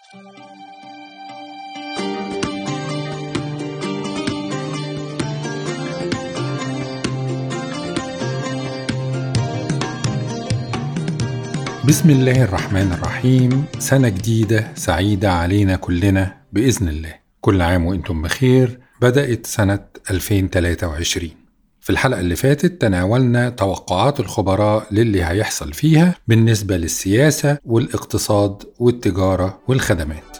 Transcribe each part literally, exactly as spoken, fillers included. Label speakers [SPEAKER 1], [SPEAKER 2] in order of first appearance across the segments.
[SPEAKER 1] بسم الله الرحمن الرحيم. سنة جديدة سعيدة علينا كلنا بإذن الله. كل عام وإنتم بخير. بدأت سنة ألفين وثلاثة وعشرين. في الحلقة اللي فاتت تناولنا توقعات الخبراء للي هيحصل فيها بالنسبة للسياسة والاقتصاد والتجارة والخدمات.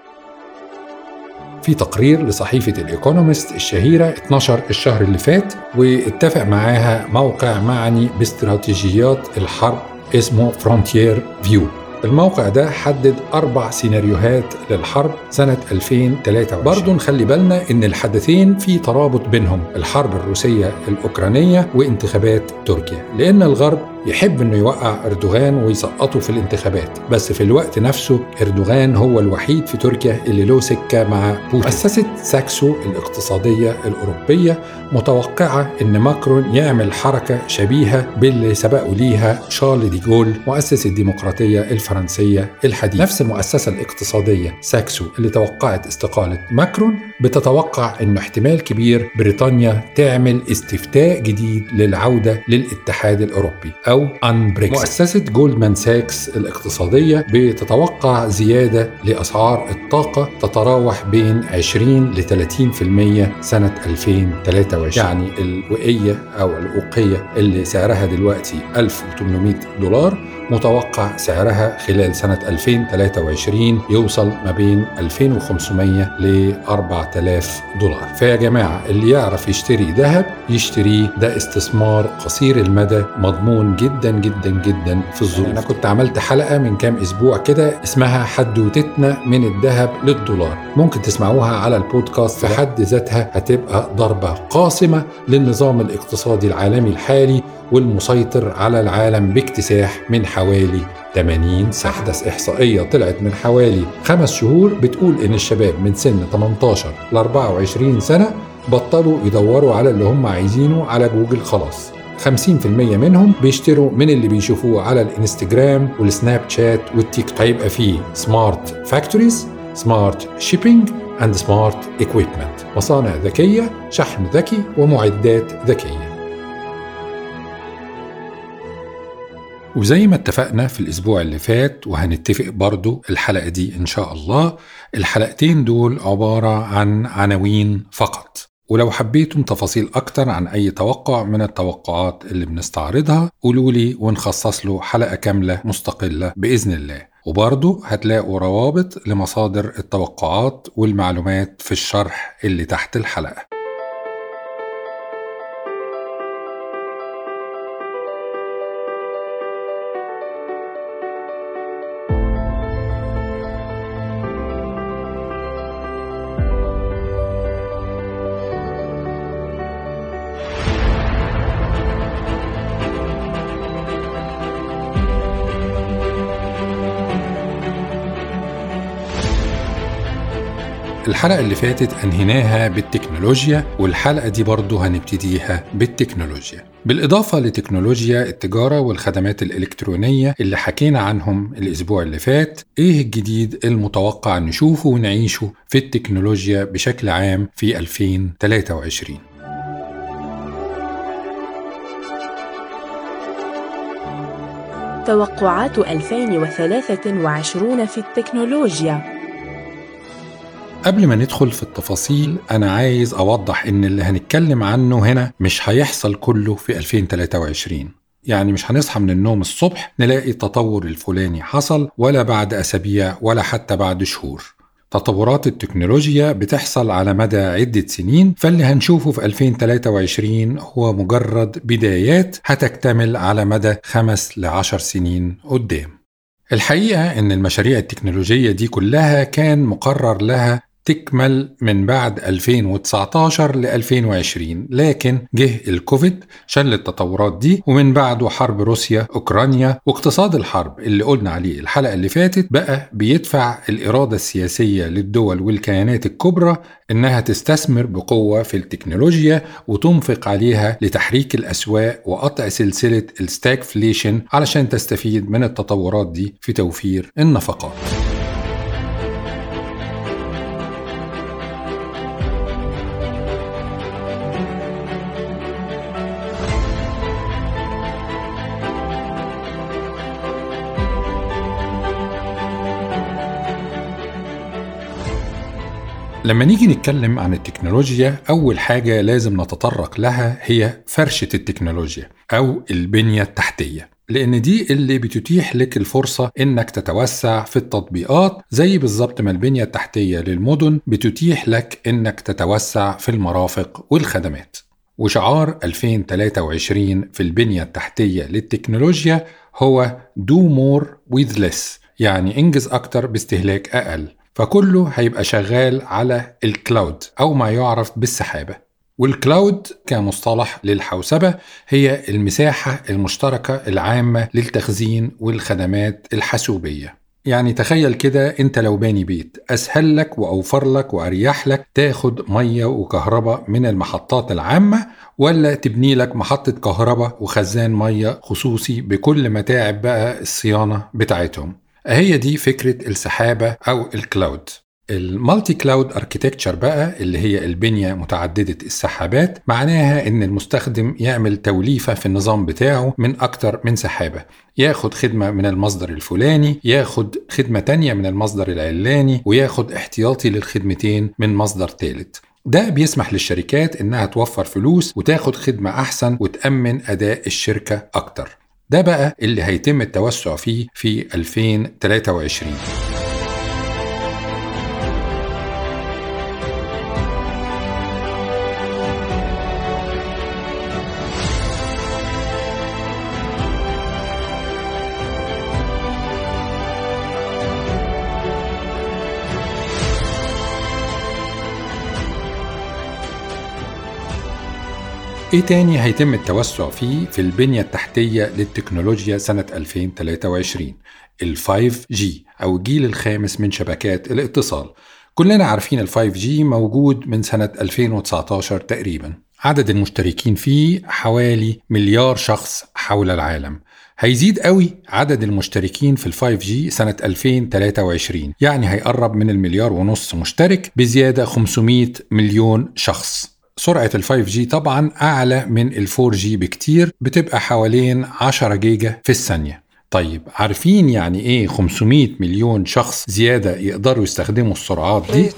[SPEAKER 1] في تقرير لصحيفة الإيكونومست الشهيرة اتنشر الشهر اللي فات، واتفق معاها موقع معني باستراتيجيات الحرب اسمه فرونتير فيو. الموقع ده حدد أربع سيناريوهات للحرب سنة ألفين وثلاثة وعشرين. برضو نخلي بالنا إن الحدثين في ترابط بينهم، الحرب الروسية الأوكرانية وانتخابات تركيا، لأن الغرب يحب إنه يوقع أردوغان ويسقطه في الانتخابات، بس في الوقت نفسه أردوغان هو الوحيد في تركيا اللي له سكة مع بوتين. مؤسسة ساكسو الاقتصادية الأوروبية متوقعة إن ماكرون يعمل حركة شبيهة باللي سبقوا ليها شارل دي جول مؤسس الديمقراطية الفرنسية الحديثة. نفس المؤسسة الاقتصادية ساكسو اللي توقعت استقالة ماكرون بتتوقع إنه احتمال كبير بريطانيا تعمل استفتاء جديد للعودة للاتحاد الأوروبي أو أن-بريكزيت. مؤسسة جولدمان ساكس الاقتصادية بتتوقع زيادة لأسعار الطاقة تتراوح بين عشرين لثلاثين بالمئة سنة ألفين وثلاثة وعشرين. يعني الوقية أو الأوقية اللي سعرها دلوقتي ألف وثمانمئة دولار متوقع سعرها خلال سنة ألفين وثلاثة وعشرين يوصل ما بين ألفين وخمسمئة ل أربعة آلاف دولار. فيا جماعة اللي يعرف يشتري ذهب يشتريه، ده استثمار قصير المدى مضمون جدا جدا جدا في الظروف. أنا كنت عملت حلقة من كام أسبوع كده اسمها حدوتتنا من الذهب للدولار، ممكن تسمعوها على البودكاست. في حد ذاتها هتبقى ضربة قاصمة للنظام الاقتصادي العالمي الحالي والمسيطر على العالم باكتساح من حوالي ثمانين سنة. أحدث إحصائية طلعت من حوالي خمس شهور بتقول إن الشباب من سن ثمانية عشر ل أربعة وعشرين سنة بطلوا يدوروا على اللي هم عايزينه على جوجل خلاص. خمسين بالمئة منهم بيشتروا من اللي بيشوفوه على الانستجرام والسناب شات والتيك توك. هيبقى فيه سمارت فاكتوريز، سمارت شيبينج اند سمارت ايكويبمنت، مصانع ذكية، شحن ذكي، ومعدات ذكية. وزي ما اتفقنا في الأسبوع اللي فات وهنتفق برضو الحلقة دي إن شاء الله، الحلقتين دول عبارة عن عناوين فقط. ولو حبيتم تفاصيل أكتر عن أي توقع من التوقعات اللي بنستعرضها قولولي ونخصص له حلقة كاملة مستقلة بإذن الله. وبرضو هتلاقوا روابط لمصادر التوقعات والمعلومات في الشرح اللي تحت الحلقة. الحلقة اللي فاتت أنهيناها بالتكنولوجيا، والحلقة دي برضو هنبتديها بالتكنولوجيا، بالإضافة لتكنولوجيا التجارة والخدمات الإلكترونية اللي حكينا عنهم الأسبوع اللي فات. إيه الجديد المتوقع نشوفه ونعيشه في التكنولوجيا بشكل عام في ألفين وثلاثة وعشرين؟
[SPEAKER 2] توقعات ألفين وثلاثة وعشرين في التكنولوجيا.
[SPEAKER 1] قبل ما ندخل في التفاصيل أنا عايز أوضح إن اللي هنتكلم عنه هنا مش هيحصل كله في ألفين وثلاثة وعشرين. يعني مش هنصحى من النوم الصبح نلاقي التطور الفلاني حصل، ولا بعد أسابيع ولا حتى بعد شهور. تطورات التكنولوجيا بتحصل على مدى عدة سنين، فاللي هنشوفه في ألفين وثلاثة وعشرين هو مجرد بدايات هتكتمل على مدى خمس لعشر سنين قدام. الحقيقة إن المشاريع التكنولوجية دي كلها كان مقرر لها تكمل من بعد ألفين وتسعة عشر ل ألفين وعشرين، لكن جه الكوفيد شل التطورات دي، ومن بعده حرب روسيا أوكرانيا، واقتصاد الحرب اللي قلنا عليه الحلقة اللي فاتت بقى بيدفع الإرادة السياسية للدول والكيانات الكبرى إنها تستثمر بقوة في التكنولوجيا وتنفق عليها لتحريك الأسواق وقطع سلسلة الستاكفليشن علشان تستفيد من التطورات دي في توفير النفقات. لما نيجي نتكلم عن التكنولوجيا، أول حاجة لازم نتطرق لها هي فرشة التكنولوجيا أو البنية التحتية، لأن دي اللي بتتيح لك الفرصة إنك تتوسع في التطبيقات، زي بالظبط ما البنية التحتية للمدن بتتيح لك إنك تتوسع في المرافق والخدمات. وشعار ألفين وثلاثة وعشرين في البنية التحتية للتكنولوجيا هو Do more with less، يعني انجز أكتر باستهلاك أقل. فكله هيبقى شغال على الكلاود أو ما يعرف بالسحابة. والكلاود كمصطلح للحوسبة هي المساحة المشتركة العامة للتخزين والخدمات الحاسوبية. يعني تخيل كده انت لو باني بيت، أسهل لك وأوفر لك وأريح لك تاخد مية وكهرباء من المحطات العامة، ولا تبني لك محطة كهرباء وخزان مية خصوصي بكل متاعب بقى الصيانة بتاعتهم. هي دي فكرة السحابة أو الكلاود. المالتي كلاود اركيتكتشر بقى اللي هي البنية متعددة السحابات، معناها ان المستخدم يعمل توليفة في النظام بتاعه من اكتر من سحابة، ياخد خدمة من المصدر الفلاني، ياخد خدمة تانية من المصدر العلاني، وياخد احتياطي للخدمتين من مصدر ثالث. ده بيسمح للشركات انها توفر فلوس وتاخد خدمة احسن وتأمن اداء الشركة اكتر. ده بقى اللي هيتم التوسع فيه في ألفين وثلاثة وعشرين. ايه تاني هيتم التوسع فيه في البنية التحتية للتكنولوجيا سنة ألفين وثلاثة وعشرين؟ ال فايف جي أو الجيل الخامس من شبكات الاتصال. كلنا عارفين ال فايف جي موجود من سنة ألفين وتسعة عشر تقريبا. عدد المشتركين فيه حوالي مليار شخص حول العالم. هيزيد قوي عدد المشتركين في ال فايف جي سنة ألفين وثلاثة وعشرين، يعني هيقرب من المليار ونص مشترك بزيادة خمسمائة مليون شخص. سرعة ال فايف جي طبعا أعلى من ال فور جي بكتير، بتبقى حوالين عشرة جيجا في الثانية. طيب عارفين يعني إيه خمسمائة مليون شخص زيادة يقدروا يستخدموا السرعات دي؟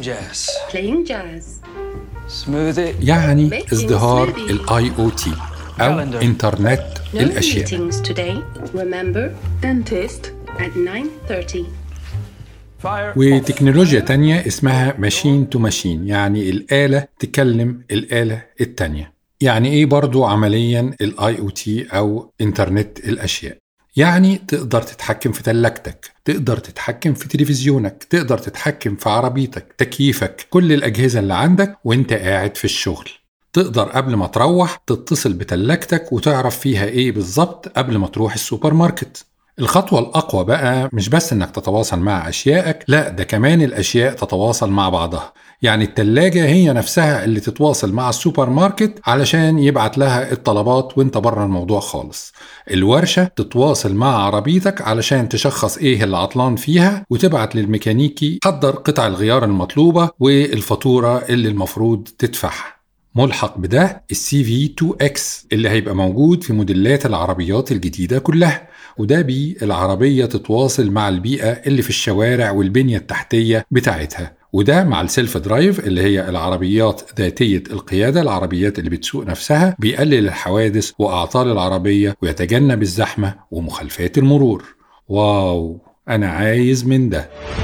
[SPEAKER 1] يعني ازدهار ال آي أو تي أو إنترنت الأشياء. وتكنولوجيا تانية اسمها ماشين تو ماشين، يعني الآلة تكلم الآلة التانية. يعني ايه برضو عمليا ال آي أو تي أو إنترنت الأشياء؟ يعني تقدر تتحكم في تلاجتك، تقدر تتحكم في تلفزيونك، تقدر تتحكم في عربيتك، تكييفك، كل الأجهزة اللي عندك وانت قاعد في الشغل. تقدر قبل ما تروح تتصل بتلاجتك وتعرف فيها ايه بالظبط قبل ما تروح السوبر ماركت. الخطوة الأقوى بقى مش بس إنك تتواصل مع أشيائك، لا ده كمان الأشياء تتواصل مع بعضها. يعني التلاجة هي نفسها اللي تتواصل مع السوبر ماركت علشان يبعت لها الطلبات وانت بره الموضوع خالص. الورشة تتواصل مع عربيتك علشان تشخص ايه اللي عطلان فيها وتبعت للميكانيكي حضر قطع الغيار المطلوبة والفاتورة اللي المفروض تدفعها. ملحق بده السي في تو إكس اللي هيبقى موجود في موديلات العربيات الجديدة كلها، وده بيه العربية تتواصل مع البيئة اللي في الشوارع والبنية التحتية بتاعتها. وده مع السيلف درايف اللي هي العربيات ذاتية القيادة، العربيات اللي بتسوق نفسها، بيقلل الحوادث وأعطال العربية ويتجنب الزحمة ومخالفات المرور. واو، أنا عايز من ده.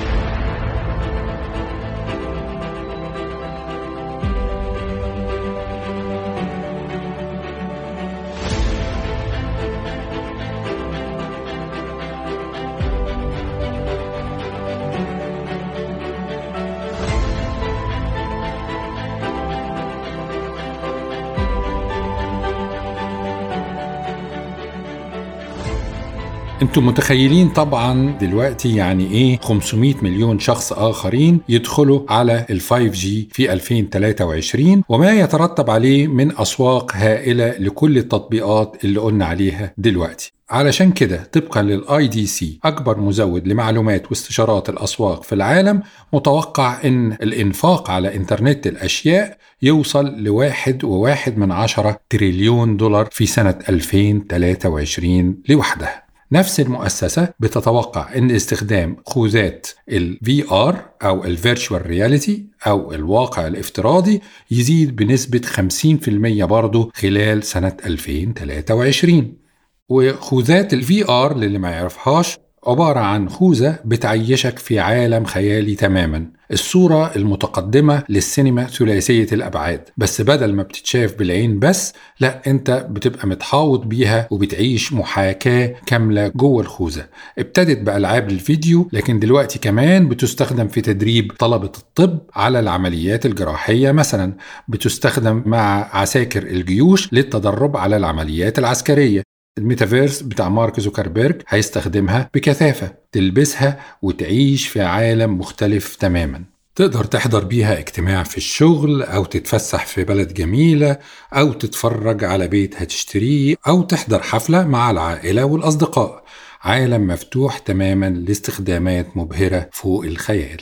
[SPEAKER 1] انتم متخيلين طبعا دلوقتي يعني ايه خمسمائة مليون شخص آخرين يدخلوا على ال فايف جي في ألفين وثلاثة وعشرين، وما يترتب عليه من أسواق هائلة لكل التطبيقات اللي قلنا عليها دلوقتي. علشان كده طبقا للآي دي سي أكبر مزود لمعلومات واستشارات الأسواق في العالم، متوقع أن الإنفاق على إنترنت الأشياء يوصل لواحد وواحد من عشرة تريليون دولار في سنة ألفين وثلاثة وعشرين لوحدها. نفس المؤسسة بتتوقع أن استخدام خوذات ال في آر أو ال Virtual Reality أو الواقع الافتراضي يزيد بنسبة خمسين بالمية برضو خلال سنة ألفين وثلاثة وعشرين. وخوذات ال في آر للي ما يعرفهاش عبارة عن خوذة بتعيشك في عالم خيالي تماما، الصورة المتقدمة للسينما ثلاثية الأبعاد، بس بدل ما بتتشاف بالعين بس، لا انت بتبقى متحاوط بيها وبتعيش محاكاة كاملة جوه الخوذة. ابتدت بألعاب الفيديو، لكن دلوقتي كمان بتستخدم في تدريب طلبة الطب على العمليات الجراحية مثلا، بتستخدم مع عساكر الجيوش للتدرب على العمليات العسكرية. الميتافيرس بتاع مارك زوكربيرج هيستخدمها بكثافة، تلبسها وتعيش في عالم مختلف تماما. تقدر تحضر بيها اجتماع في الشغل، أو تتفسح في بلد جميلة، أو تتفرج على بيت هتشتريه، أو تحضر حفلة مع العائلة والأصدقاء. عالم مفتوح تماما لاستخدامات مبهرة فوق الخيال.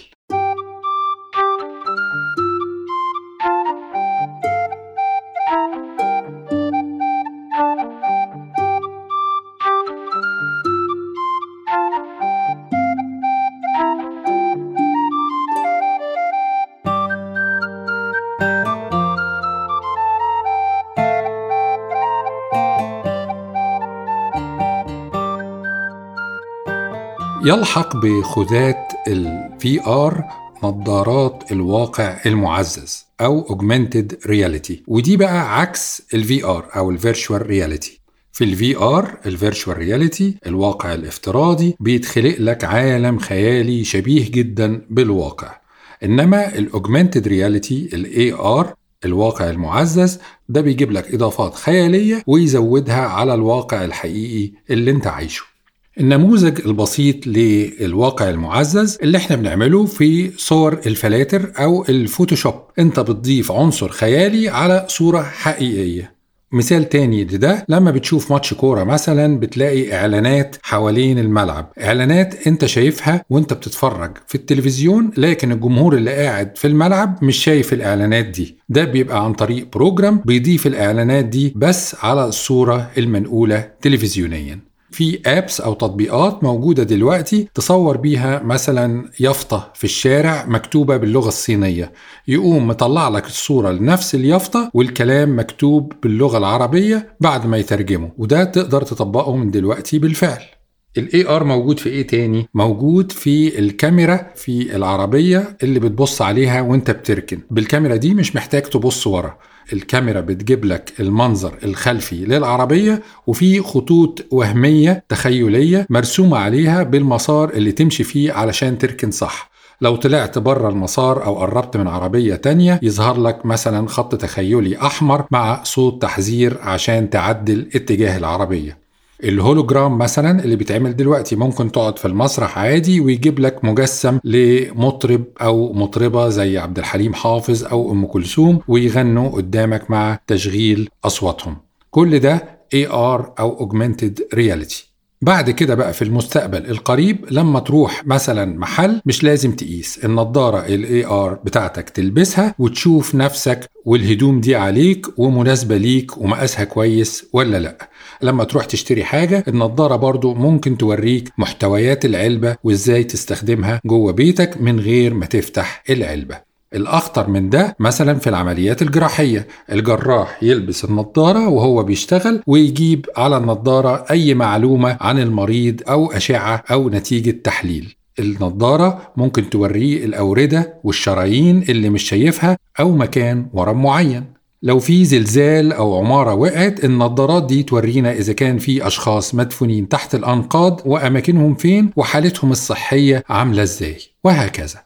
[SPEAKER 1] يلحق بخوذات ال في آر نظارات الواقع المعزز أو Augmented Reality، ودي بقى عكس ال في آر أو ال Virtual Reality. في ال في آر ال Virtual Reality الواقع الافتراضي بيتخلق لك عالم خيالي شبيه جدا بالواقع، إنما ال Augmented Reality ال إيه آر الواقع المعزز ده بيجيب لك إضافات خيالية ويزودها على الواقع الحقيقي اللي انت عايشه. النموذج البسيط للواقع المعزز اللي احنا بنعمله في صور الفلاتر أو الفوتوشوب، انت بتضيف عنصر خيالي على صورة حقيقية. مثال تاني لده، لما بتشوف ماتش كورة مثلا بتلاقي إعلانات حوالين الملعب، إعلانات انت شايفها وانت بتتفرج في التلفزيون، لكن الجمهور اللي قاعد في الملعب مش شايف الإعلانات دي. ده بيبقى عن طريق بروجرام بيضيف الإعلانات دي بس على الصورة المنقولة تلفزيونيا. في أبس أو تطبيقات موجودة دلوقتي تصور بيها مثلا يافطة في الشارع مكتوبة باللغة الصينية، يقوم مطلع لك الصورة لنفس اليافطة والكلام مكتوب باللغة العربية بعد ما يترجمه، وده تقدر تطبقه من دلوقتي بالفعل. ال إيه آر موجود في إيه تاني؟ موجود في الكاميرا في العربية اللي بتبص عليها وانت بتركن. بالكاميرا دي مش محتاج تبص ورا، الكاميرا بتجيب لك المنظر الخلفي للعربية وفي خطوط وهمية تخيلية مرسومة عليها بالمسار اللي تمشي فيه علشان تركن صح. لو طلعت بره المسار أو قربت من عربية تانية يظهر لك مثلا خط تخيلي أحمر مع صوت تحذير عشان تعدل اتجاه العربية. الهولوجرام مثلا اللي بيتعمل دلوقتي، ممكن تقعد في المسرح عادي ويجيب لك مجسم لمطرب أو مطربة زي عبد الحليم حافظ أو أم كلثوم ويغنوا قدامك مع تشغيل أصواتهم. كل ده إيه آر أو Augmented Reality. بعد كده بقى في المستقبل القريب لما تروح مثلا محل مش لازم تقيس، النضارة ال إيه آر بتاعتك تلبسها وتشوف نفسك والهدوم دي عليك ومناسبة ليك ومقاسها كويس ولا لا. لما تروح تشتري حاجة النضارة برضو ممكن توريك محتويات العلبة وازاي تستخدمها جوه بيتك من غير ما تفتح العلبة. الأخطر من ده مثلا في العمليات الجراحية، الجراح يلبس النضارة وهو بيشتغل ويجيب على النضارة أي معلومة عن المريض أو أشعة أو نتيجة تحليل. النضارة ممكن توريه الأوردة والشرايين اللي مش شايفها أو مكان ورم معين. لو في زلزال أو عمارة وقعت النضارات دي تورينا إذا كان في أشخاص مدفونين تحت الأنقاض وأماكنهم فين وحالتهم الصحية عاملة إزاي، وهكذا.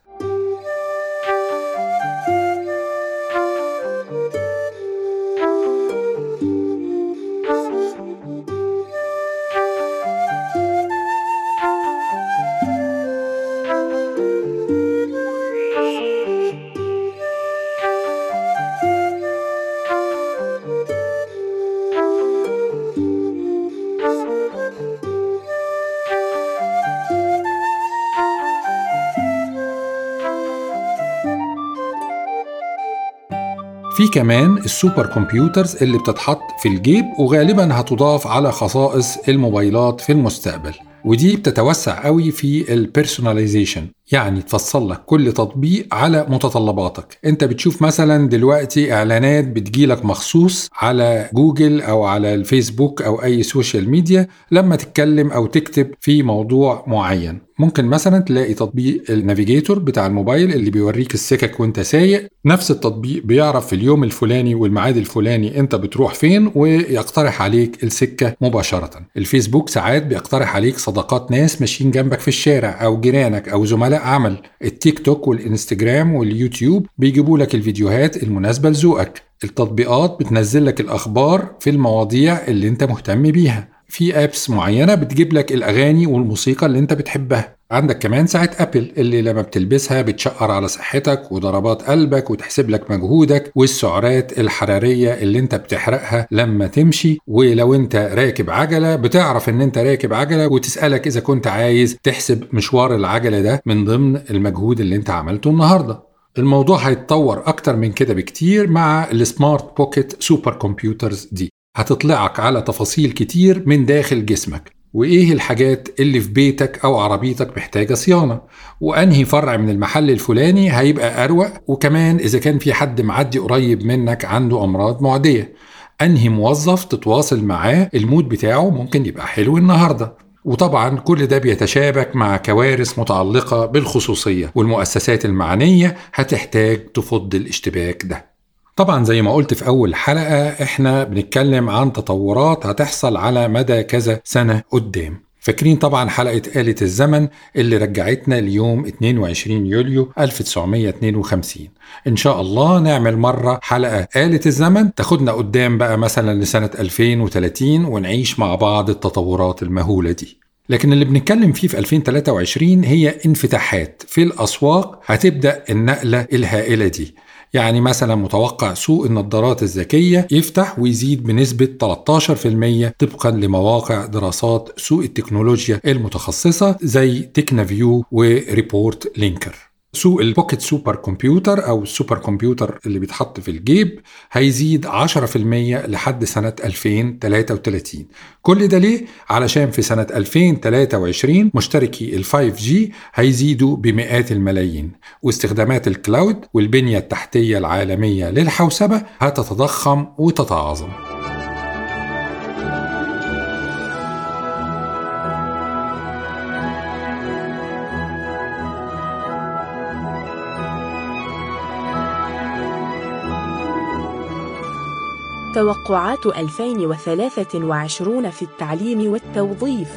[SPEAKER 1] في كمان السوبر كمبيوترز اللي بتتحط في الجيب وغالبا هتضاف على خصائص الموبايلات في المستقبل، ودي بتتوسع قوي في البيرسوناليزيشن، يعني تفصل لك كل تطبيق على متطلباتك. انت بتشوف مثلا دلوقتي اعلانات بتجيلك مخصوص على جوجل او على الفيسبوك او اي سوشيال ميديا لما تتكلم او تكتب في موضوع معين. ممكن مثلا تلاقي تطبيق النافيجيتور بتاع الموبايل اللي بيوريك السكك وانت سايق، نفس التطبيق بيعرف في اليوم الفلاني والميعاد الفلاني انت بتروح فين ويقترح عليك السكة مباشرة. الفيسبوك ساعات بيقترح عليك صداقات ناس ماشيين جنبك في الشارع او جيرانك او زملاء عمل. التيك توك والانستجرام واليوتيوب بيجيبوا لك الفيديوهات المناسبة لذوقك. التطبيقات بتنزل لك الأخبار في المواضيع اللي انت مهتم بيها. في ابس معينة بتجيب لك الأغاني والموسيقى اللي انت بتحبها. عندك كمان ساعة أبل اللي لما بتلبسها بتشقر على صحتك وضربات قلبك وتحسب لك مجهودك والسعرات الحرارية اللي انت بتحرقها لما تمشي. ولو انت راكب عجلة بتعرف ان انت راكب عجلة وتسألك إذا كنت عايز تحسب مشوار العجلة ده من ضمن المجهود اللي انت عملته النهاردة. الموضوع هيتطور أكتر من كده بكتير مع السمارت بوكيت سوبر كمبيوترز دي. هتطلعك على تفاصيل كتير من داخل جسمك، وإيه الحاجات اللي في بيتك أو عربيتك محتاجة صيانة، وأنهي فرع من المحل الفلاني هيبقى أروق، وكمان إذا كان في حد معدي قريب منك عنده أمراض معدية، أنهي موظف تتواصل معاه المود بتاعه ممكن يبقى حلو النهاردة. وطبعا كل ده بيتشابك مع كوارث متعلقة بالخصوصية، والمؤسسات المعنية هتحتاج تفض الاشتباك ده. طبعا زي ما قلت في أول حلقة احنا بنتكلم عن تطورات هتحصل على مدى كذا سنة قدام. فاكرين طبعا حلقة آلة الزمن اللي رجعتنا ليوم اثنين وعشرين يوليو ألف وتسعمية واثنين وخمسين. إن شاء الله نعمل مرة حلقة آلة الزمن تاخدنا قدام بقى مثلا لسنة ألفين وثلاثين ونعيش مع بعض التطورات المهولة دي. لكن اللي بنتكلم فيه في ألفين وثلاثة وعشرين هي انفتاحات في الأسواق هتبدأ النقلة الهائلة دي. يعني مثلا متوقع سوق النظارات الذكية يفتح ويزيد بنسبة ثلاثة عشر بالمية طبقا لمواقع دراسات سوق التكنولوجيا المتخصصة زي تكنافيو وريبورت لينكر. سوق البوكيت سوبر كمبيوتر أو السوبر كمبيوتر اللي بيتحط في الجيب هيزيد عشرة بالمية لحد سنة ألفين وثلاثة وثلاثين. كل ده ليه؟ علشان في سنة ألفين وثلاثة وعشرين مشتركي ال فايف جي هيزيدوا بمئات الملايين، واستخدامات الكلاود والبنية التحتية العالمية للحوسبة هتتضخم وتتعاظم.
[SPEAKER 2] توقعات ألفين وثلاثة وعشرين في التعليم والتوظيف.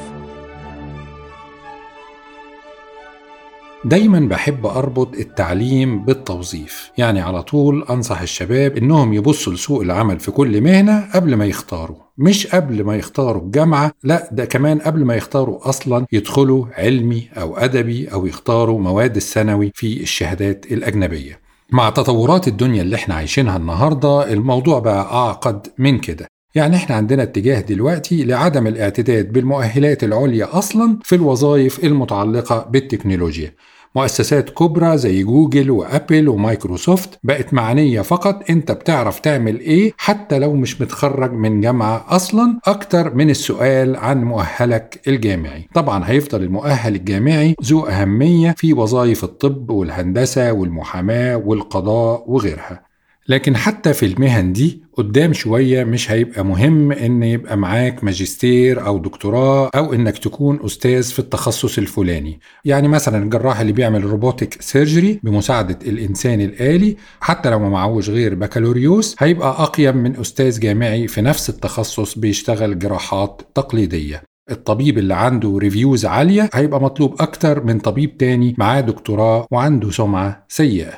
[SPEAKER 1] دايما بحب أربط التعليم بالتوظيف، يعني على طول أنصح الشباب إنهم يبصوا لسوق العمل في كل مهنة قبل ما يختاروا، مش قبل ما يختاروا الجامعة، لا ده كمان قبل ما يختاروا أصلا يدخلوا علمي أو أدبي أو يختاروا مواد الثانوي في الشهادات الأجنبية. مع تطورات الدنيا اللي احنا عايشينها النهاردة الموضوع بقى أعقد من كده. يعني احنا عندنا اتجاه دلوقتي لعدم الاعتداد بالمؤهلات العليا أصلا في الوظائف المتعلقة بالتكنولوجيا. مؤسسات كبرى زي جوجل وأبل ومايكروسوفت بقت معنية فقط انت بتعرف تعمل ايه حتى لو مش متخرج من جامعة أصلا، أكتر من السؤال عن مؤهلك الجامعي. طبعا هيفضل المؤهل الجامعي ذو أهمية في وظائف الطب والهندسة والمحاماة والقضاء وغيرها، لكن حتى في المهن دي قدام شوية مش هيبقى مهم ان يبقى معاك ماجستير او دكتوراه او انك تكون استاذ في التخصص الفلاني. يعني مثلا الجراح اللي بيعمل روبوتيك سيرجري بمساعدة الانسان الآلي حتى لو ما معهوش غير بكالوريوس هيبقى اقيم من استاذ جامعي في نفس التخصص بيشتغل جراحات تقليدية. الطبيب اللي عنده ريفيوز عالية هيبقى مطلوب أكتر من طبيب تاني معاه دكتوراه وعنده سمعة سيئة.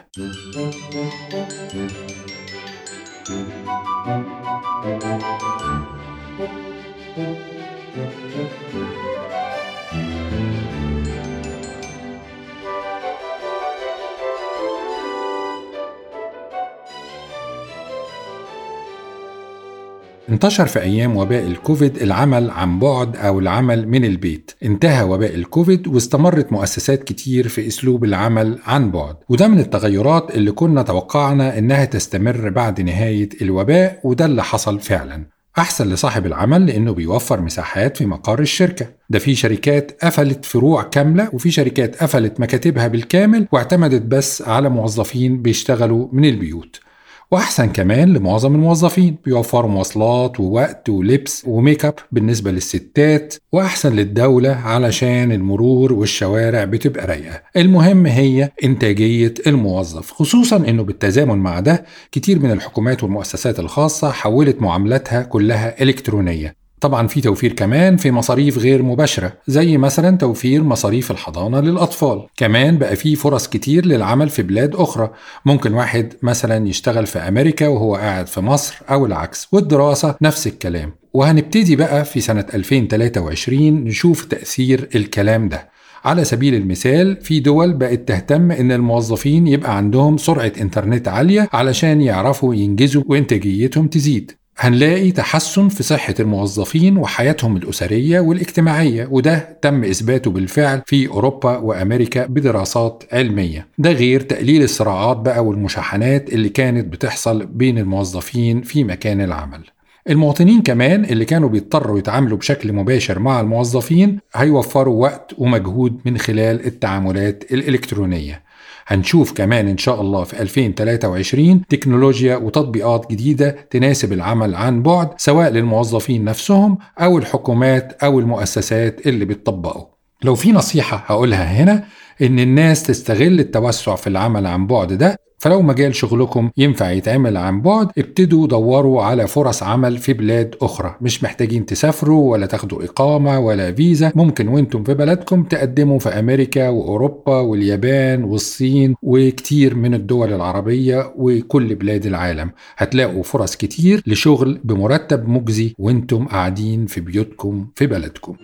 [SPEAKER 1] انتشر في أيام وباء الكوفيد العمل عن بعد أو العمل من البيت. انتهى وباء الكوفيد واستمرت مؤسسات كتير في أسلوب العمل عن بعد، وده من التغيرات اللي كنا توقعنا إنها تستمر بعد نهاية الوباء، وده اللي حصل فعلا. أحسن لصاحب العمل لأنه بيوفر مساحات في مقر الشركة. ده في شركات قفلت فروع كاملة، وفي شركات قفلت مكاتبها بالكامل واعتمدت بس على موظفين بيشتغلوا من البيوت. وأحسن كمان لمعظم الموظفين، بيوفروا مواصلات ووقت ولبس وميك اب بالنسبة للستات، وأحسن للدولة علشان المرور والشوارع بتبقى رايقة. المهم هي إنتاجية الموظف، خصوصا إنه بالتزامن مع ده كتير من الحكومات والمؤسسات الخاصة حولت معاملاتها كلها إلكترونية. طبعا في توفير كمان في مصاريف غير مباشرة، زي مثلا توفير مصاريف الحضانة للأطفال. كمان بقى في فرص كتير للعمل في بلاد أخرى، ممكن واحد مثلا يشتغل في أمريكا وهو قاعد في مصر أو العكس، والدراسة نفس الكلام. وهنبتدي بقى في سنة ألفين وثلاثة وعشرين نشوف تأثير الكلام ده. على سبيل المثال، في دول بقت تهتم إن الموظفين يبقى عندهم سرعة إنترنت عالية علشان يعرفوا ينجزوا وإنتاجيتهم تزيد. هنلاقي تحسن في صحة الموظفين وحياتهم الأسرية والاجتماعية، وده تم إثباته بالفعل في أوروبا وأمريكا بدراسات علمية. ده غير تقليل الصراعات بقى والمشاحنات اللي كانت بتحصل بين الموظفين في مكان العمل. المواطنين كمان اللي كانوا بيضطروا يتعاملوا بشكل مباشر مع الموظفين هيوفروا وقت ومجهود من خلال التعاملات الإلكترونية. هنشوف كمان إن شاء الله في ألفين وثلاثة وعشرين تكنولوجيا وتطبيقات جديدة تناسب العمل عن بعد، سواء للموظفين نفسهم أو الحكومات أو المؤسسات اللي بتطبقه. لو في نصيحة هقولها هنا، إن الناس تستغل التوسع في العمل عن بعد ده. فلو مجال شغلكم ينفع يتعمل عن بعد، ابتدوا دوروا على فرص عمل في بلاد أخرى. مش محتاجين تسافروا ولا تاخدوا إقامة ولا فيزا، ممكن وانتم في بلدكم تقدموا في أمريكا وأوروبا واليابان والصين وكتير من الدول العربية وكل بلاد العالم. هتلاقوا فرص كتير لشغل بمرتب مجزي وانتم قاعدين في بيوتكم في بلدكم.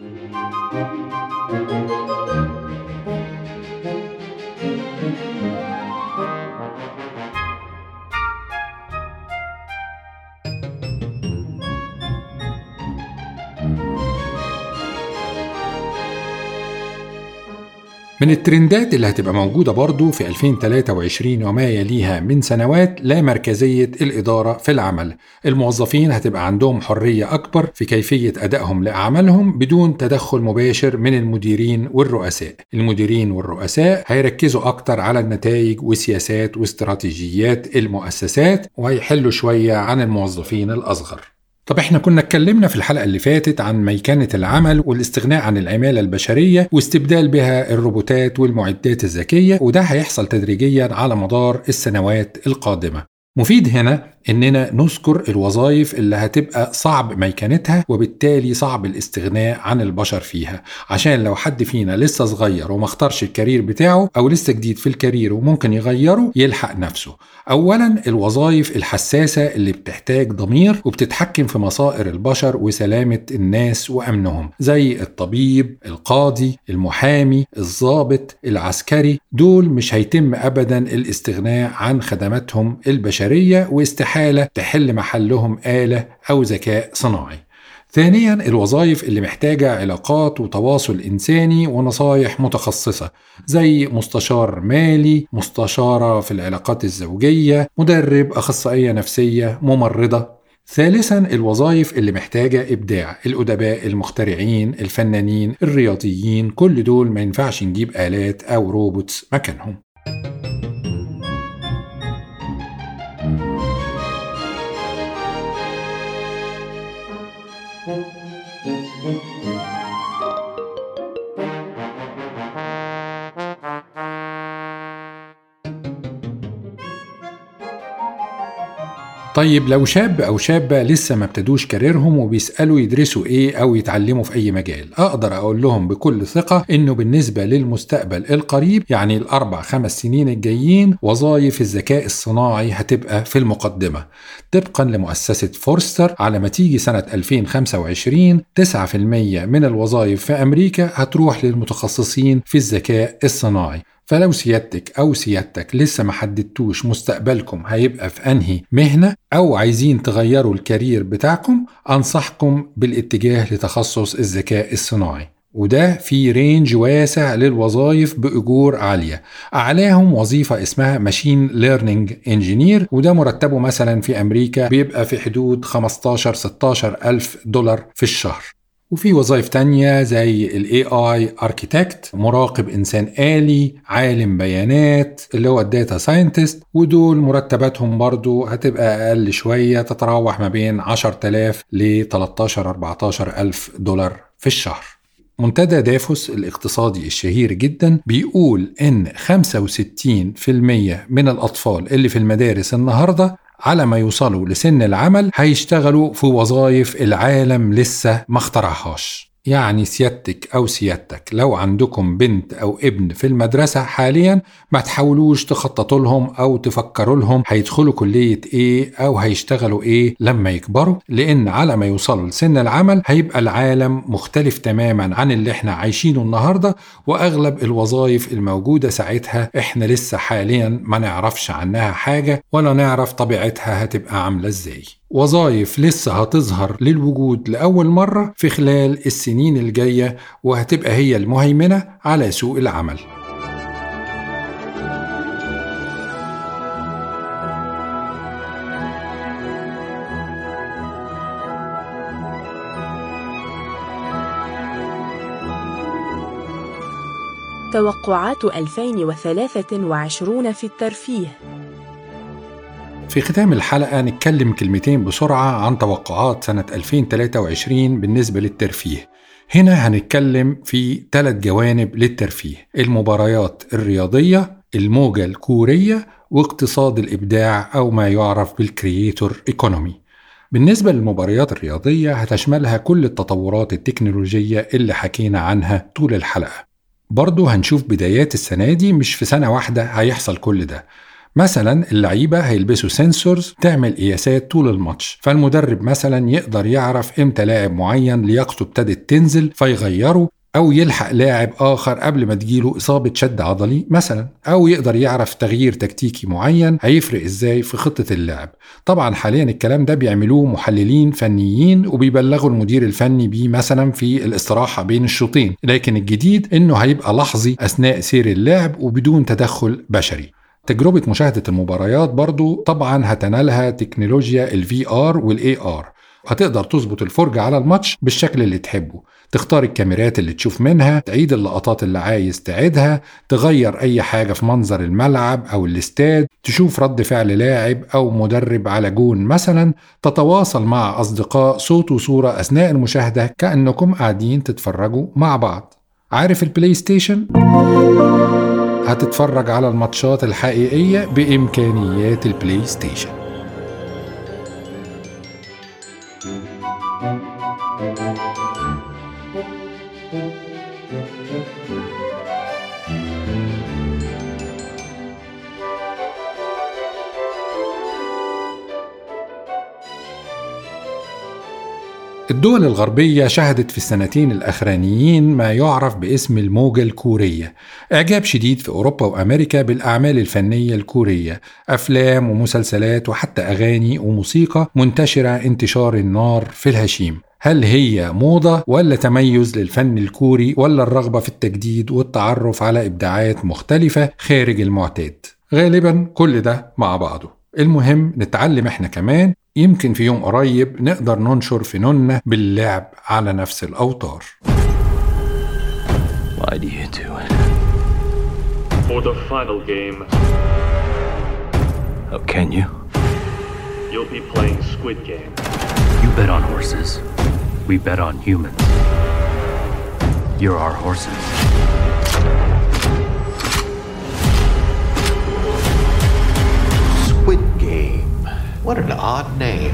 [SPEAKER 1] من الترندات اللي هتبقى موجودة برضو في ألفين وثلاثة وعشرين وما يليها من سنوات لا مركزية الإدارة في العمل. الموظفين هتبقى عندهم حرية أكبر في كيفية أدائهم لأعمالهم بدون تدخل مباشر من المديرين والرؤساء. المديرين والرؤساء هيركزوا أكتر على النتائج وسياسات واستراتيجيات المؤسسات، وهيحلوا شوية عن الموظفين الأصغر. طب احنا كنا اتكلمنا في الحلقة اللي فاتت عن ميكنة العمل والاستغناء عن العمالة البشرية واستبدال بها الروبوتات والمعدات الذكية، وده هيحصل تدريجيا على مدار السنوات القادمة. مفيد هنا إننا نذكر الوظائف اللي هتبقى صعب ميكنتها وبالتالي صعب الاستغناء عن البشر فيها، عشان لو حد فينا لسه صغير وما اختارش الكارير بتاعه أو لسه جديد في الكارير وممكن يغيره يلحق نفسه. أولا الوظائف الحساسة اللي بتحتاج ضمير وبتتحكم في مصائر البشر وسلامة الناس وأمنهم، زي الطبيب، القاضي، المحامي، الضابط، العسكري. دول مش هيتم أبدا الاستغناء عن خدماتهم البشرية، واستحالة تحل محلهم آلة أو ذكاء صناعي. ثانيا الوظائف اللي محتاجة علاقات وتواصل إنساني ونصايح متخصصة، زي مستشار مالي، مستشارة في العلاقات الزوجية، مدرب، أخصائية نفسية، ممرضة. ثالثا الوظائف اللي محتاجة إبداع، الأدباء، المخترعين، الفنانين، الرياضيين. كل دول ما ينفعش نجيب آلات أو روبوتس مكانهم. طيب لو شاب أو شابة لسه ما ابتدوش كاريرهم وبيسألوا يدرسوا إيه أو يتعلموا في أي مجال، أقدر أقول لهم بكل ثقة إنه بالنسبة للمستقبل القريب، يعني الأربع خمس سنين الجايين، وظائف الذكاء الصناعي هتبقى في المقدمة. طبقا لمؤسسة فورستر، على ما تيجي سنة ألفين وخمسة وعشرين تسعة في المية من الوظائف في أمريكا هتروح للمتخصصين في الذكاء الصناعي. فلو سيادتك أو سيادتك لسه ما حددتوش مستقبلكم هيبقى في أنهي مهنة أو عايزين تغيروا الكارير بتاعكم، أنصحكم بالاتجاه لتخصص الذكاء الصناعي، وده في رينج واسع للوظائف بأجور عالية. أعلاهم وظيفة اسمها ماشين ليرنينج انجينير، وده مرتبه مثلا في أمريكا بيبقى في حدود خمستاشر ستاشر ألف دولار في الشهر. وفي وظائف تانية زي ال إيه آي Architect، مراقب إنسان آلي، عالم بيانات اللي هو الداتا ساينتست، ودول مرتباتهم برضو هتبقى أقل شوية، تتراوح ما بين عشرة آلاف ل تلتاشر أربعتاشر ألف دولار في الشهر. منتدى دافوس الاقتصادي الشهير جدا بيقول إن خمسة وستين بالمية من الأطفال اللي في المدارس النهاردة على ما يوصلوا لسن العمل هيشتغلوا في وظائف العالم لسه ما اخترعهاش. يعني سيادتك أو سيادتك لو عندكم بنت أو ابن في المدرسة حاليا، ما تحاولوش تخططوا لهم أو تفكروا لهم هيدخلوا كلية إيه أو هيشتغلوا إيه لما يكبروا، لأن على ما يوصلوا لسن العمل هيبقى العالم مختلف تماما عن اللي احنا عايشينه النهاردة، وأغلب الوظائف الموجودة ساعتها احنا لسه حاليا ما نعرفش عنها حاجة ولا نعرف طبيعتها هتبقى عاملة ازاي. وظائف لسه هتظهر للوجود لأول مرة في خلال السنين الجاية، وهتبقى هي المهيمنة على سوق العمل.
[SPEAKER 2] توقعات ألفين وثلاثة وعشرين في الترفيه.
[SPEAKER 1] في ختام الحلقة نتكلم كلمتين بسرعة عن توقعات سنة ألفين وثلاثة وعشرين بالنسبة للترفيه. هنا هنتكلم في ثلاث جوانب للترفيه: المباريات الرياضية، الموجة الكورية، واقتصاد الإبداع أو ما يعرف بالكرييتور ايكونومي. بالنسبة للمباريات الرياضية هتشملها كل التطورات التكنولوجية اللي حكينا عنها طول الحلقة. برضو هنشوف بدايات السنة دي، مش في سنة واحدة هيحصل كل ده. مثلا اللعيبة هيلبسوا سنسورز تعمل قياسات طول الماتش، فالمدرب مثلا يقدر يعرف امتى لاعب معين لياقته ابتدت تنزل فيغيره، أو يلحق لاعب آخر قبل ما تجيله إصابة شد عضلي مثلا، أو يقدر يعرف تغيير تكتيكي معين هيفرق إزاي في خطة اللعب. طبعا حاليا الكلام ده بيعملوه محللين فنيين وبيبلغوا المدير الفني بيه مثلا في الاستراحة بين الشوطين، لكن الجديد إنه هيبقى لحظي أثناء سير اللعب وبدون تدخل بشري. تجربة مشاهدة المباريات برضو طبعا هتنالها تكنولوجيا ال في آر وال إيه آر، هتقدر تظبط الفرجة على الماتش بالشكل اللي تحبه، تختار الكاميرات اللي تشوف منها، تعيد اللقطات اللي عايز تعيدها، تغير أي حاجة في منظر الملعب أو الاستاد، تشوف رد فعل لاعب أو مدرب على جون مثلا، تتواصل مع أصدقاء صوت وصورة أثناء المشاهدة كأنكم قاعدين تتفرجوا مع بعض. عارف البلاي ستيشن؟ هتتفرج على الماتشات الحقيقية بإمكانيات البلاي ستيشن. الدول الغربية شهدت في السنتين الأخرانيين ما يعرف باسم الموجة الكورية، إعجاب شديد في أوروبا وأمريكا بالأعمال الفنية الكورية، أفلام ومسلسلات وحتى أغاني وموسيقى منتشرة انتشار النار في الهشيم. هل هي موضة ولا تميز للفن الكوري، ولا الرغبة في التجديد والتعرف على إبداعات مختلفة خارج المعتاد؟ غالبا كل ده مع بعضه. المهم نتعلم احنا كمان، يمكن في يوم قريب نقدر ننشر فنوننا باللعب على نفس الأوتار.
[SPEAKER 3] Why do you do it?
[SPEAKER 4] For the final game.
[SPEAKER 3] Oh, can you?
[SPEAKER 4] You'll be playing Squid Game.
[SPEAKER 3] You bet on horses. We bet on humans. You're our horses.
[SPEAKER 5] Squid Game. What an odd name.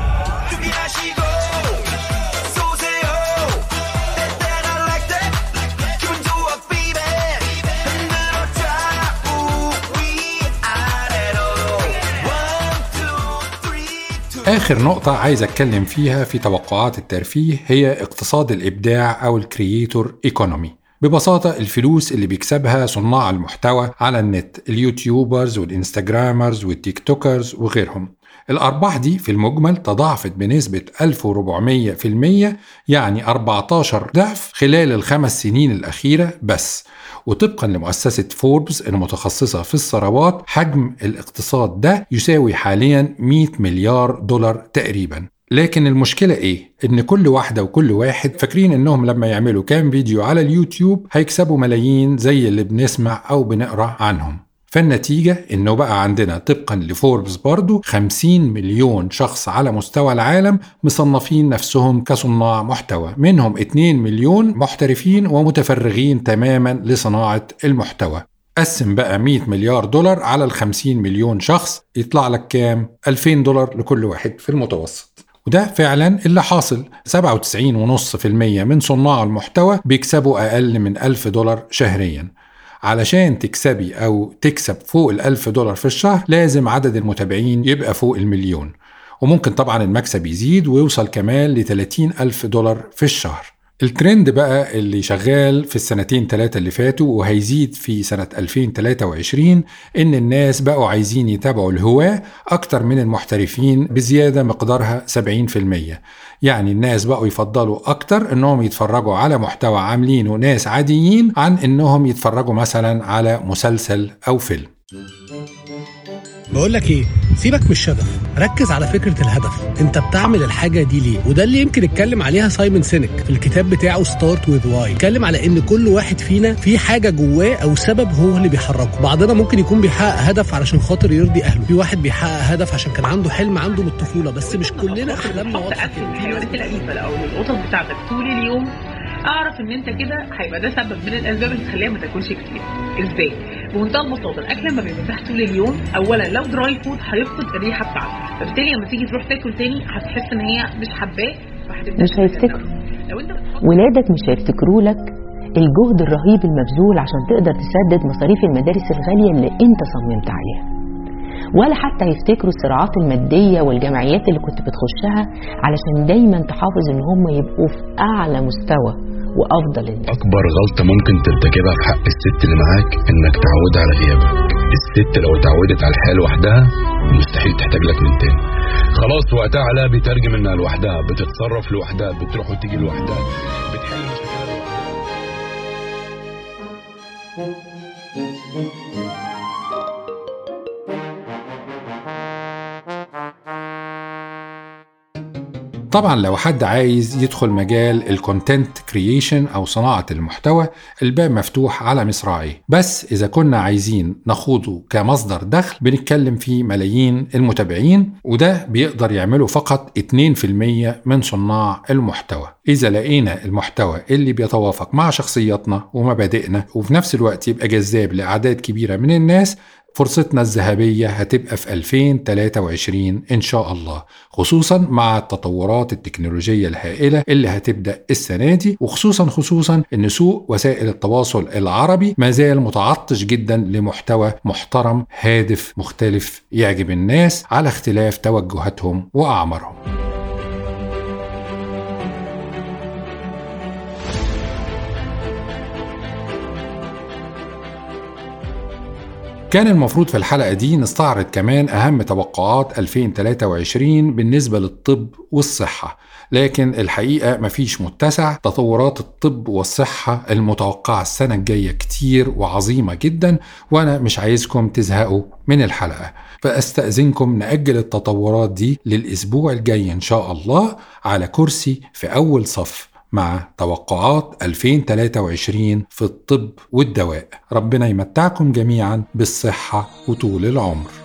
[SPEAKER 1] آخر نقطة عايز أتكلم فيها في توقعات الترفيه هي اقتصاد الإبداع أو الكرييتور ايكونومي. ببساطة الفلوس اللي بيكسبها صناع المحتوى على النت، اليوتيوبرز والإنستجرامرز والتيك توكرز وغيرهم. الأرباح دي في المجمل تضاعفت بنسبة ألف وأربعمية في المية، يعني أربعتاشر ضعف خلال الخمس سنين الأخيرة بس. وطبقا لمؤسسة فوربس المتخصصة في الثروات، حجم الاقتصاد ده يساوي حاليا مية مليار دولار تقريبا. لكن المشكلة ايه؟ ان كل واحدة وكل واحد فاكرين انهم لما يعملوا كام فيديو على اليوتيوب هيكسبوا ملايين زي اللي بنسمع او بنقرأ عنهم. فالنتيجة انه بقى عندنا طبقا لفوربس برضو خمسين مليون شخص على مستوى العالم مصنفين نفسهم كصناع محتوى، منهم اتنين مليون محترفين ومتفرغين تماما لصناعة المحتوى. قسم بقى مية مليار دولار على الخمسين مليون شخص، يطلع لك كام؟ ألفين دولار لكل واحد في المتوسط. وده فعلا اللي حاصل. سبعة وتسعين فاصلة خمسة بالمية من صناع المحتوى بيكسبوا أقل من ألف دولار شهريا. علشان تكسبي أو تكسب فوق الألف دولار في الشهر لازم عدد المتابعين يبقى فوق المليون، وممكن طبعا المكسب يزيد ويوصل كمان لثلاثين ألف دولار في الشهر. الترند بقى اللي شغال في السنتين ثلاثة اللي فاتوا وهيزيد في سنة ألفين وثلاثة وعشرين إن الناس بقوا عايزين يتابعوا الهواة أكتر من المحترفين بزيادة مقدارها سبعين في المية. يعني الناس بقوا يفضلوا أكتر إنهم يتفرجوا على محتوى عاملينه ناس عاديين عن إنهم يتفرجوا مثلا على مسلسل أو فيلم.
[SPEAKER 6] بقول لك ايه، سيبك من الشغف، ركز على فكرة الهدف. انت بتعمل الحاجة دي ليه؟ وده اللي يمكن اتكلم عليها سايمون سينك في الكتاب بتاعه ستارت وذ واي. اتكلم على ان كل واحد فينا في حاجة جواه او سبب هو اللي بيحركه. بعضنا ممكن يكون بيحقق هدف علشان خاطر يرضي اهله، في واحد بيحقق هدف عشان كان عنده حلم عنده من الطفولة، بس مش كلنا احلامنا واضحة كده.
[SPEAKER 7] الحيوانات الأليفة او القطط بتاعتك طول اليوم، اعرف ان انت كده هيبقى ده سبب من الاسباب اللي تخليها ما تاكلش كتير. ازاي؟ بمنتهى البساطه، الاكل لما بيبقى طول اليوم اولا لو دراي فود هيفقد الريحه بتاعته، فبالتالي لما تيجي تروح تاكل تاني هتحس ان هي مش حباه، فهتبدا
[SPEAKER 8] مش هيفتكروا. لو انت ولادك مش هيفتكروا لك الجهد الرهيب المبذول عشان تقدر تسدد مصاريف المدارس الغاليه اللي انت صممت عليها، ولا حتى يفتكروا الصراعات الماديه والجمعيات اللي كنت بتخشها علشان دايما تحافظ ان هم يبقوا في اعلى مستوى وافضل الناس.
[SPEAKER 9] اكبر غلطه ممكن ترتكبها في حق الست اللي معاك انك تعود على غيابك. الست لو اتعودت على الحياه لوحدها مستحيل تحتاج لك من تاني. خلاص وقتها عليها بيترجم انها لوحدها، بتتصرف لوحدها، بتروح وتيجي لوحدها، بتحل مشاكلها لوحدها.
[SPEAKER 1] طبعا لو حد عايز يدخل مجال الكونتنت كرييشن أو صناعة المحتوى، الباب مفتوح على مصراعيه، بس إذا كنا عايزين نخوضه كمصدر دخل بنتكلم فيه ملايين المتابعين، وده بيقدر يعمله فقط اتنين في المية من صناع المحتوى. إذا لقينا المحتوى اللي بيتوافق مع شخصياتنا ومبادئنا وفي نفس الوقت يبقى جذاب لأعداد كبيرة من الناس، فرصتنا الذهبية هتبقى في ألفين وثلاثة وعشرين إن شاء الله، خصوصا مع التطورات التكنولوجية الهائلة اللي هتبدأ السنة دي، وخصوصا خصوصا إن سوق وسائل التواصل العربي ما زال متعطش جدا لمحتوى محترم هادف مختلف يعجب الناس على اختلاف توجهاتهم وأعمارهم. كان المفروض في الحلقة دي نستعرض كمان أهم توقعات ألفين وثلاثة وعشرين بالنسبة للطب والصحة، لكن الحقيقة مفيش متسع. تطورات الطب والصحة المتوقعة السنة الجاية كتير وعظيمة جدا، وأنا مش عايزكم تزهقوا من الحلقة، فأستأذنكم نأجل التطورات دي للأسبوع الجاي إن شاء الله على كرسي في أول صف مع توقعات ألفين وثلاثة وعشرين في الطب والدواء. ربنا يمتعكم جميعا بالصحة وطول العمر.